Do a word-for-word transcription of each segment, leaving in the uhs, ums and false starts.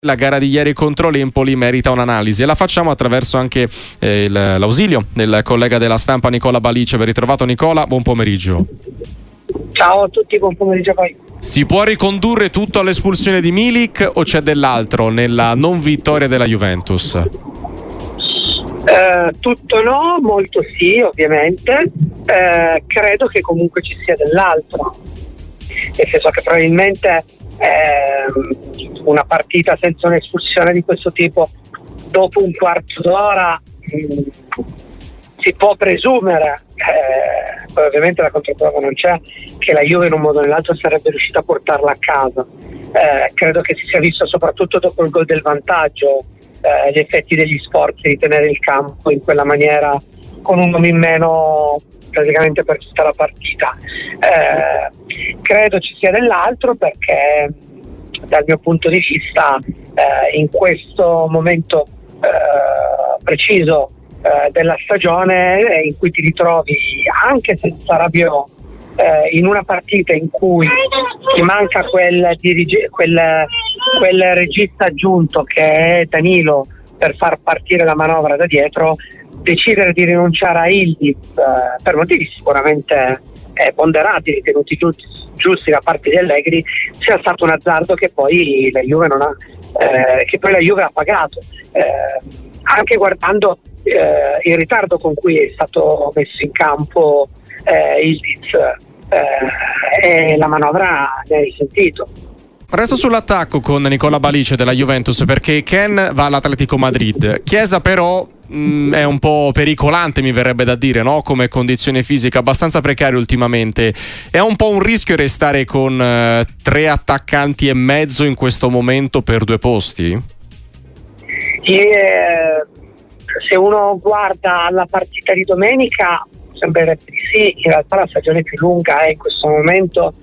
La gara di ieri contro l'Empoli merita un'analisi e la facciamo attraverso anche eh, il, l'ausilio del collega della stampa Nicola Balice. Ben ritrovato Nicola, buon pomeriggio. Ciao a tutti, buon pomeriggio a voi. Si può ricondurre tutto all'espulsione di Milik o c'è dell'altro nella non vittoria della Juventus? Eh, tutto no, molto sì ovviamente, eh, credo che comunque ci sia dell'altro, nel senso che probabilmente eh, una partita senza un'espulsione di questo tipo dopo un quarto d'ora mh, si può presumere, eh, poi ovviamente la controprova non c'è, che la Juve in un modo o nell'altro sarebbe riuscita a portarla a casa. Eh, credo che si sia visto soprattutto dopo il gol del vantaggio eh, gli effetti degli sforzi di tenere il campo in quella maniera con un uomo in meno praticamente per tutta la partita. Eh, credo ci sia dell'altro perché dal mio punto di vista eh, in questo momento eh, preciso eh, della stagione eh, in cui ti ritrovi anche senza Rabiot eh, in una partita in cui ti manca quel, dirige- quel, quel regista aggiunto che è Danilo per far partire la manovra da dietro, decidere di rinunciare a Ildiz eh, per motivi sicuramente eh, ponderati, ritenuti giusti, giusti da parte di Allegri, sia stato un azzardo che poi la Juve non ha eh, che poi la Juve ha pagato, eh, anche guardando eh, il ritardo con cui è stato messo in campo eh, Ildiz eh, e la manovra ne ha risentito. Resto sull'attacco con Nicola Balice della Juventus perché Ken va all'Atletico Madrid. Chiesa però mh, è un po' pericolante, mi verrebbe da dire, no? Come condizione fisica, abbastanza precaria ultimamente. È un po' un rischio restare con eh, tre attaccanti e mezzo in questo momento per due posti? E, eh, se uno guarda la partita di domenica sembrerebbe di sì, in realtà la stagione più lunga è in questo momento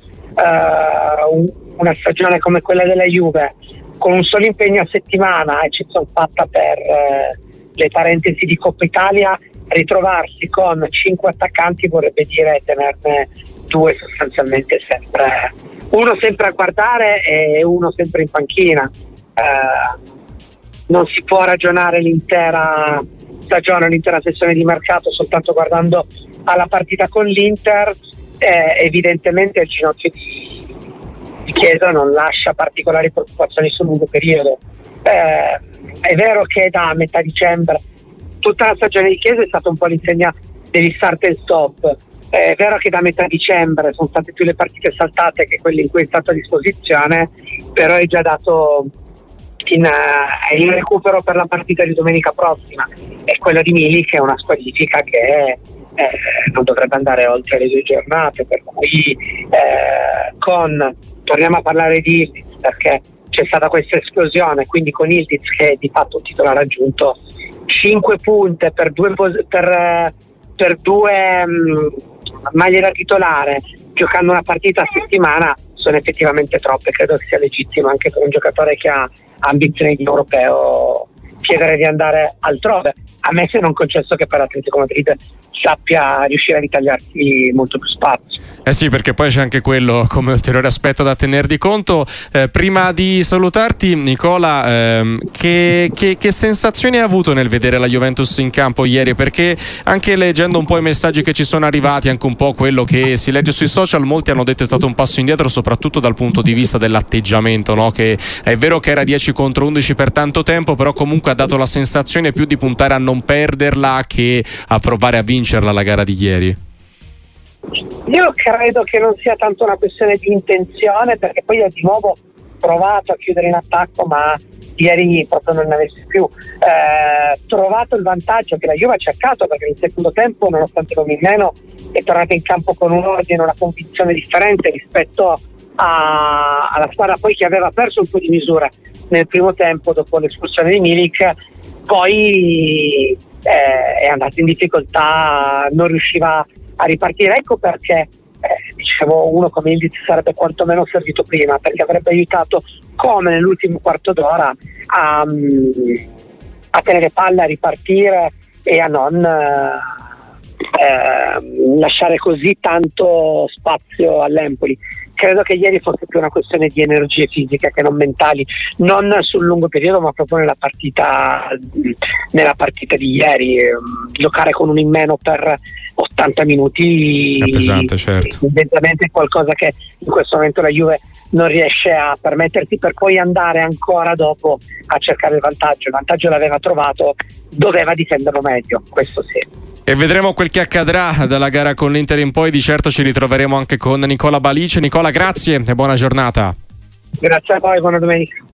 uh, un, una stagione come quella della Juve con un solo impegno a settimana, eccezione fatta per eh, le parentesi di Coppa Italia, ritrovarsi con cinque attaccanti vorrebbe dire tenerne due sostanzialmente sempre, uno sempre a guardare e uno sempre in panchina. Uh, non si può ragionare l'intera stagione, l'intera sessione di mercato soltanto guardando alla partita con l'Inter. Eh, evidentemente il ginocchio di, di Chiesa non lascia particolari preoccupazioni sul lungo periodo. Eh, è vero che da metà dicembre tutta la stagione di Chiesa è stata un po' l'insegna degli start and stop. È vero che da metà dicembre sono state più le partite saltate che quelle in cui è stato a disposizione, però è già dato in, uh, in recupero per la partita di domenica prossima, e quella di Milik è una squalifica che eh, non dovrebbe andare oltre le due giornate, per cui eh, con torniamo a parlare di Ildiz perché c'è stata questa esplosione, quindi con Ildiz che è di fatto un titolare aggiunto, cinque punte per due, per, per due um, maglie da titolare giocando una partita a settimana sono effettivamente troppe. Credo che sia legittimo anche per un giocatore che ha ambizioni di europeo chiedere di andare altrove, a me se non concesso che per l'Atletico Madrid sappia riuscire a ritagliarsi molto più spazio. Eh sì, perché poi c'è anche quello come ulteriore aspetto da tener di conto. Eh, prima di salutarti Nicola, ehm, che, che, che sensazioni hai avuto nel vedere la Juventus in campo ieri? Perché anche leggendo un po' i messaggi che ci sono arrivati, anche un po' quello che si legge sui social, molti hanno detto è stato un passo indietro soprattutto dal punto di vista dell'atteggiamento, no? Che è vero che era dieci contro undici per tanto tempo, però comunque ha dato la sensazione più di puntare a non perderla che a provare a vincerla la gara di ieri. Io credo che non sia tanto una questione di intenzione, perché poi ha di nuovo provato a chiudere in attacco, ma ieri proprio non ne avesse più eh, trovato il vantaggio che la Juve ha cercato, perché nel secondo tempo, nonostante non in meno, è tornata in campo con un ordine, una convinzione differente rispetto a, alla squadra poi che aveva perso un po' di misura nel primo tempo dopo l'espulsione di Milik. Poi eh, è andata in difficoltà, non riusciva a ripartire. Ecco perché eh, dicevo, uno come Ildiz sarebbe quantomeno servito prima, perché avrebbe aiutato, come nell'ultimo quarto d'ora, a, a tenere palla, a ripartire e a non eh, lasciare così tanto spazio all'Empoli. credo che ieri fosse più una questione di energie fisiche che non mentali, non sul lungo periodo ma proprio nella partita nella partita di ieri. Giocare con un in meno per ottanta minuti è pesante, certo. Evidentemente è qualcosa che in questo momento la Juve non riesce a permettersi, per poi andare ancora dopo a cercare il vantaggio. Il vantaggio l'aveva trovato, doveva difenderlo meglio, questo sì. E vedremo quel che accadrà dalla gara con l'Inter in poi. Di certo ci ritroveremo anche con Nicola Balice. Nicola, grazie e buona giornata. Grazie a voi, buona domenica.